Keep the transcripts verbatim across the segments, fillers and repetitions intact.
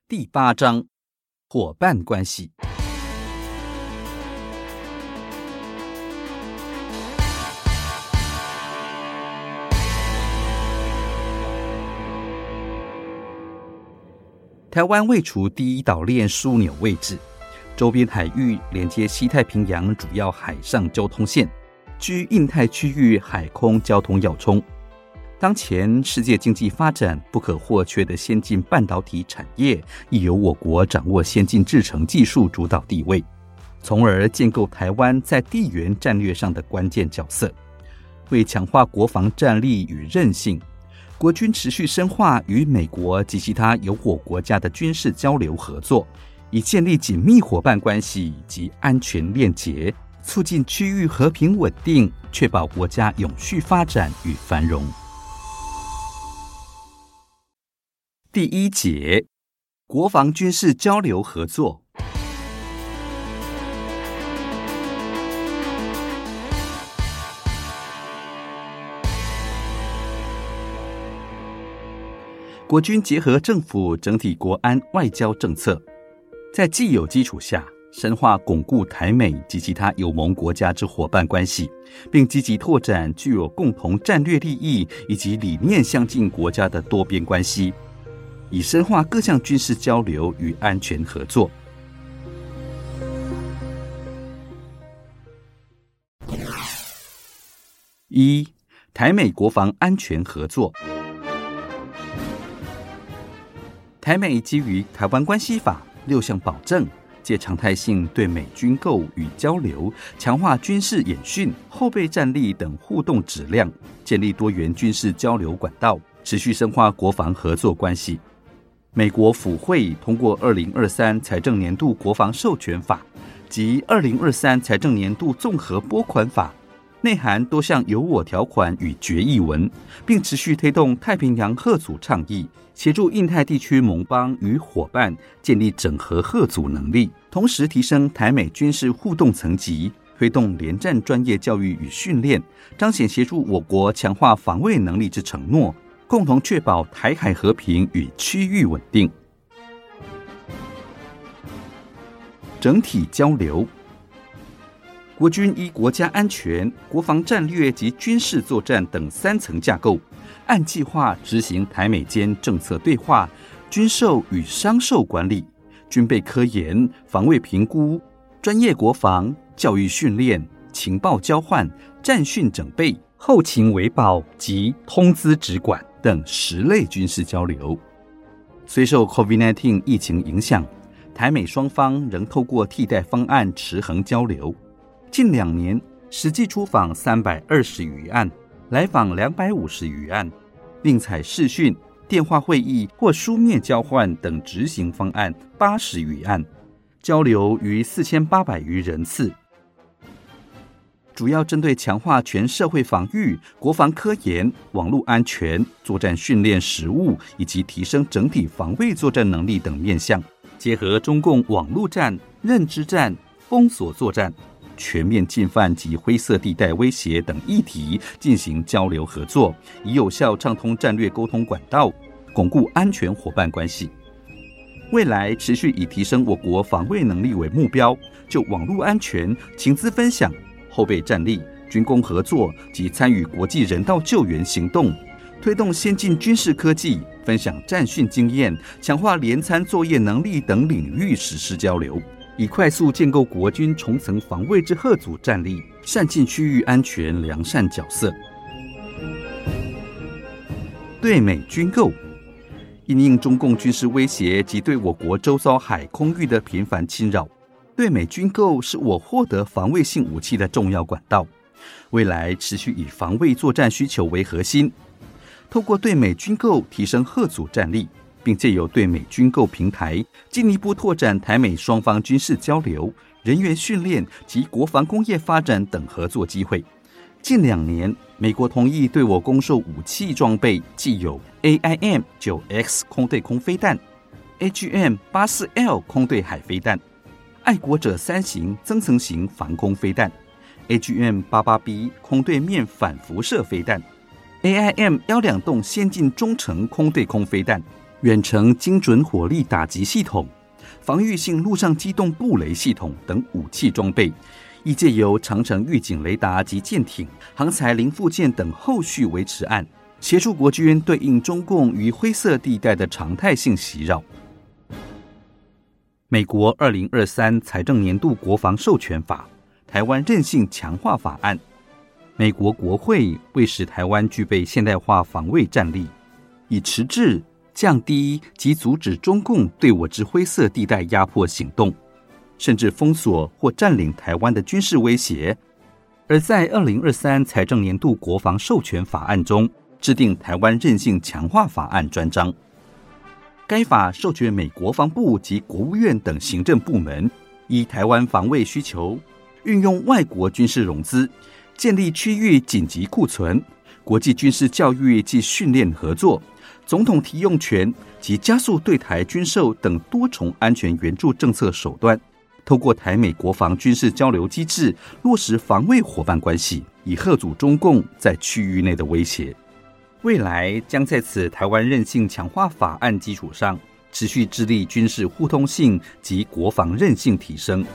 第八章，伙伴关系。台湾位处第一岛链枢纽位置，周边海域连接西太平洋主要海上交通线，居印太区域海空交通要冲。当前世界经济发展不可或缺的先进半导体产业，亦由我国掌握先进制程技术主导地位，从而建构台湾在地缘战略上的关键角色。为强化国防战力与韧性，国军持续深化与美国及其他友好国家的军事交流合作，以建立紧密伙伴关系及安全链结，促进区域和平稳定，确保国家永续发展与繁荣。第一节，国防军事交流合作。国军结合政府整体国安外交政策，在既有基础下，深化巩固台美及其他友盟国家之伙伴关系，并积极拓展具有共同战略利益以及理念相近国家的多边关系，以深化各项军事交流与安全合作。一、台美国防安全合作。台美基于《台湾关系法》六项保证，借常态性对美军购与交流，强化军事演训、后备战力等互动质量，建立多元军事交流管道，持续深化国防合作关系。美国府会通过二零二三财政年度国防授权法及二零二三财政年度综合拨款法，内含多项有我条款与决议文，并持续推动太平洋合组倡议，协助印太地区盟邦与伙伴建立整合合组能力，同时提升台美军事互动层级，推动联战专业教育与训练，彰显协助我国强化防卫能力之承诺，共同确保台海和平与区域稳定。整体交流，国军依国家安全、国防战略及军事作战等三层架构，按计划执行台美间政策对话、军售与商售管理、军备科研、防卫评估、专业国防、教育训练、情报交换、战训整备、后勤维保及通资直管等十类军事交流。虽受 COVID 十九 疫情影响，台美双方仍透过替代方案持衡交流。近两年实际出访三百二十余案，来访两百五十余案，另采视讯、电话会议或书面交换等执行方案八十余案，交流逾四千八百余人次。主要针对强化全社会防御、国防科研、网络安全、作战训练实务以及提升整体防卫作战能力等面向，结合中共网络战、认知战、封锁作战、全面禁犯及灰色地带威胁等议题进行交流合作，以有效畅通战略沟通管道，巩固安全伙伴关系。未来持续以提升我国防卫能力为目标，就网络安全、情资分享、后备战力、军工合作及参与国际人道救援行动，推动先进军事科技、分享战训经验、强化联参作业能力等领域实施交流，以快速建构国军重层防卫之合组战力，善尽区域安全良善角色。对美军购，因应中共军事威胁及对我国周遭海空域的频繁侵扰，对美军购是我获得防卫性武器的重要管道。未来持续以防卫作战需求为核心，透过对美军购提升合组战力，并借由对美军购平台进一步拓展台美双方军事交流、人员训练及国防工业发展等合作机会。近两年，美国同意对我供售武器装备，既有 A I M 九 X 空对空飞弹、A G M 八四 L 空对海飞弹、爱国者三型增程型防空飞弹、A G M 八八 B 空对面反辐射飞弹、A I M 幺两洞先进中程空对空飞弹、 远程精准火力打击系统、防御性陆上机动布雷系统等武器装备，亦借由长程预警雷达及舰艇、航材零附件等后续维持案，协助国军对应中共于灰色地带的常态性袭扰。美国二零二三财政年度国防授权法、台湾韧性强化法案，美国国会为使台湾具备现代化防卫战力，以迟滞、降低及阻止中共对我之灰色地带压迫行动，甚至封锁或占领台湾的军事威胁。而在二零二三财政年度国防授权法案中，制定台湾韧性强化法案专章。该法授权美国防部及国务院等行政部门，依台湾防卫需求，运用外国军事融资，建立区域紧急库存、国际军事教育及训练合作、总统提用权及加速对台军售等多重安全援助政策手段，透过台美国防军事交流机制，落实防卫伙伴关系，以吓阻中共在区域内的威胁。未来将在此台湾韧性强化法案基础上，持续致力军事互通性及国防韧性提升。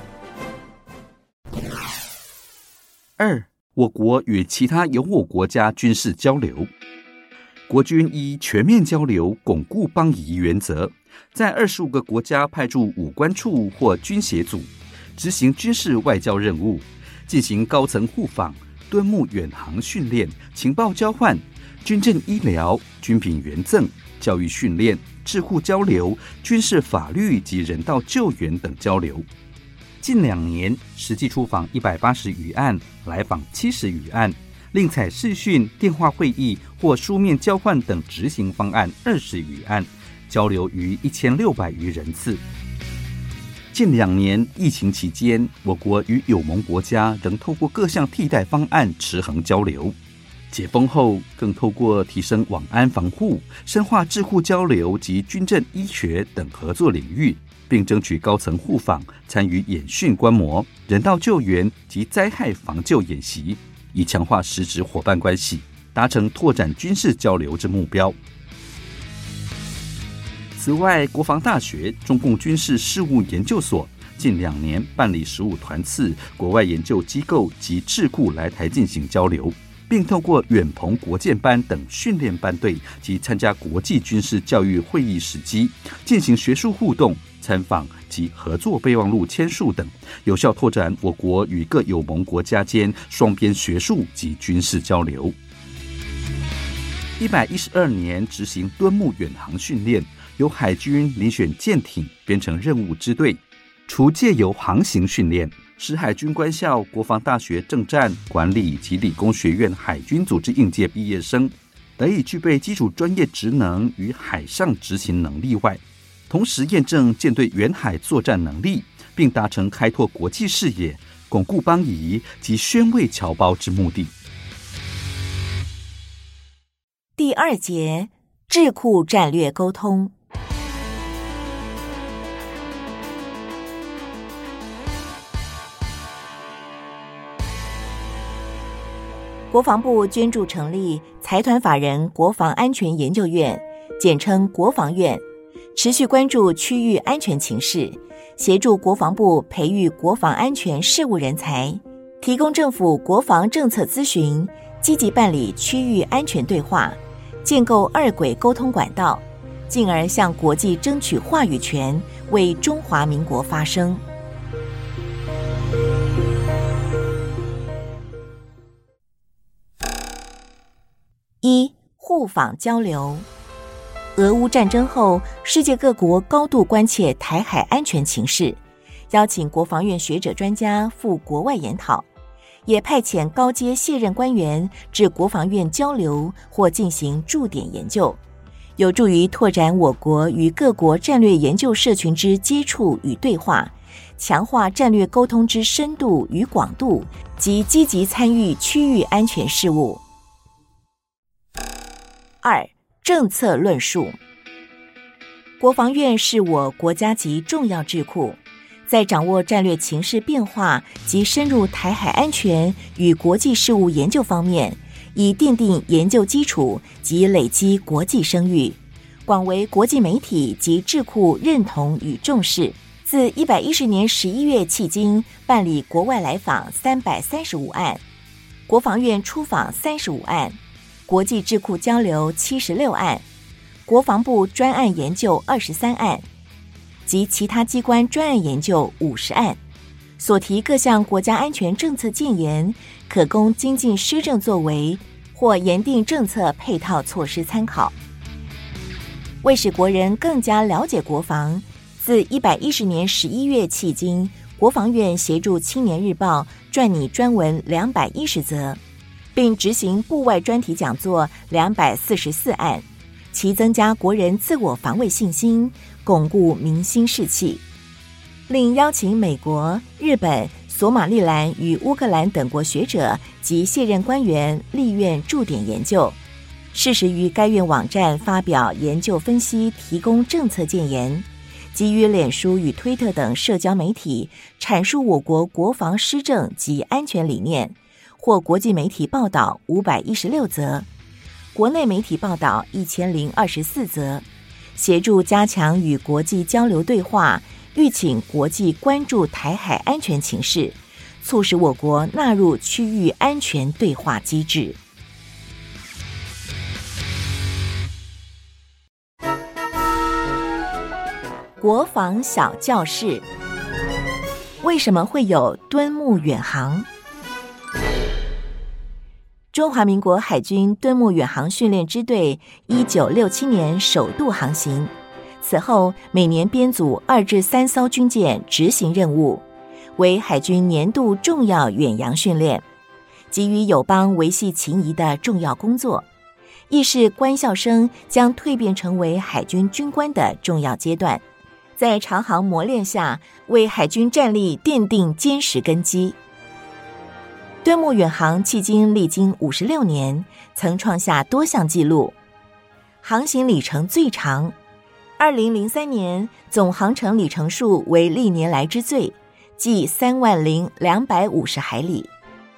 二、我国与其他友我国家军事交流。国军依全面交流、巩固邦谊原则，在二十五个国家派驻武官处或军协组，执行军事外交任务，进行高层互访、敦睦远航训练、情报交换、军政医疗、军品援赠、教育训练、智库交流、军事法律及人道救援等交流。近两年实际出访一百八十余案，来访七十余案，另采视讯、电话会议或书面交换等执行方案二十余案，交流逾一千六百余人次。近两年疫情期间，我国与友盟国家仍透过各项替代方案持衡交流。解封后，更透过提升网安防护、深化智库交流及军政医学等合作领域，并争取高层互访，参与演训观摩、人道救援及灾害防救演习，以强化实质伙伴关系，达成拓展军事交流之目标。此外，国防大学中共军事事务研究所近两年办理实务团次、国外研究机构及智库来台进行交流，并透过远澎国建班等训练班队及参加国际军事教育会议时机，进行学术互动、参访及合作备忘录签署等，有效拓展我国与各友盟国家间双边学术及军事交流。一百一十二年执行敦睦远航训练，由海军遴选舰艇编成任务支队，除借由航行训练，使海军官校、国防大学政战、管理及理工学院海军组织应届毕业生得以具备基础专业职能与海上执行能力外，同时验证舰队远海作战能力，并达成开拓国际视野、巩固邦谊及宣慰侨胞之目的。 第二节，智库战略沟通。国防部捐助成立财团法人国防安全研究院，简称国防院，持续关注区域安全情势，协助国防部培育国防安全事务人才，提供政府国防政策咨询，积极办理区域安全对话，建构二轨沟通管道，进而向国际争取话语权，为中华民国发声。一、互访交流。俄乌战争后，世界各国高度关切台海安全情势，邀请国防院学者专家赴国外研讨，也派遣高阶卸任官员至国防院交流或进行驻点研究，有助于拓展我国与各国战略研究社群之接触与对话，强化战略沟通之深度与广度，及积极参与区域安全事务。二、政策论述。国防院是我国家级重要智库，在掌握战略情势变化及深入台海安全与国际事务研究方面，以奠定研究基础及累积国际声誉， 广为国际媒体及智库认同与重视。自一百一十年十一月迄今，办理国外来访三百三十五案，国防院出访三十五案，国际智库交流七十六案，国防部专案研究二十三案，及其他机关专案研究五十案，所提各项国家安全政策建言，可供精进施政作为或研定政策配套措施参考。为使国人更加了解国防，自一百一十年十一月迄今，国防院协助青年日报撰拟专文两百一十则，并执行部外专题讲座两百四十四案，其增加国人自我防卫信心，巩固民心士气。另邀请美国、日本、索马利兰与乌克兰等国学者及卸任官员立院驻点研究，适时于该院网站发表研究分析，提供政策建言，基于脸书与推特等社交媒体阐述我国国防施政及安全理念，或国际媒体报道五百一十六则，国内媒体报道一千零二十四则，协助加强与国际交流对话，欲请国际关注台海安全情势，促使我国纳入区域安全对话机制。国防小教室，为什么会有敦睦远航？中华民国海军敦睦远航训练支队一九六七年首度航行，此后每年编组二至三艘军舰执行任务，为海军年度重要远洋训练，给予友邦维系情谊的重要工作，亦是官校生将蜕变成为海军军官的重要阶段，在长航磨练下，为海军战力奠定坚实根基。敦睦远航迄今历经五十六年，曾创下多项纪录，航行里程最长，二零零三年总航程里程数为历年来之最，即三万零两百五十海里。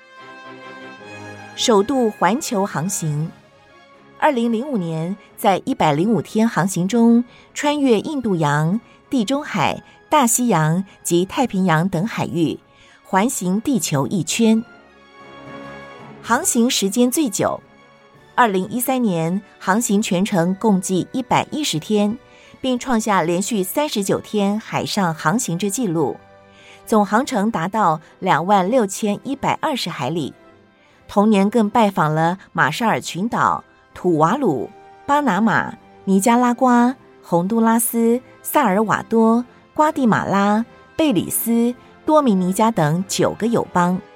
首度环球航行，二零零五年在一百零五天航行中，穿越印度洋、地中海、大西洋及太平洋等海域，环行地球一圈。航行时间最久，二零一三年航行全程共计一百一十天，并创下连续三十九天海上航行之纪录，总航程达到两万六千一百二十海里。同年更拜访了马绍尔群岛、土瓦鲁、巴拿马、尼加拉瓜、洪都拉斯、萨尔瓦多、瓜地马拉、贝里斯、多米尼加等九个友邦。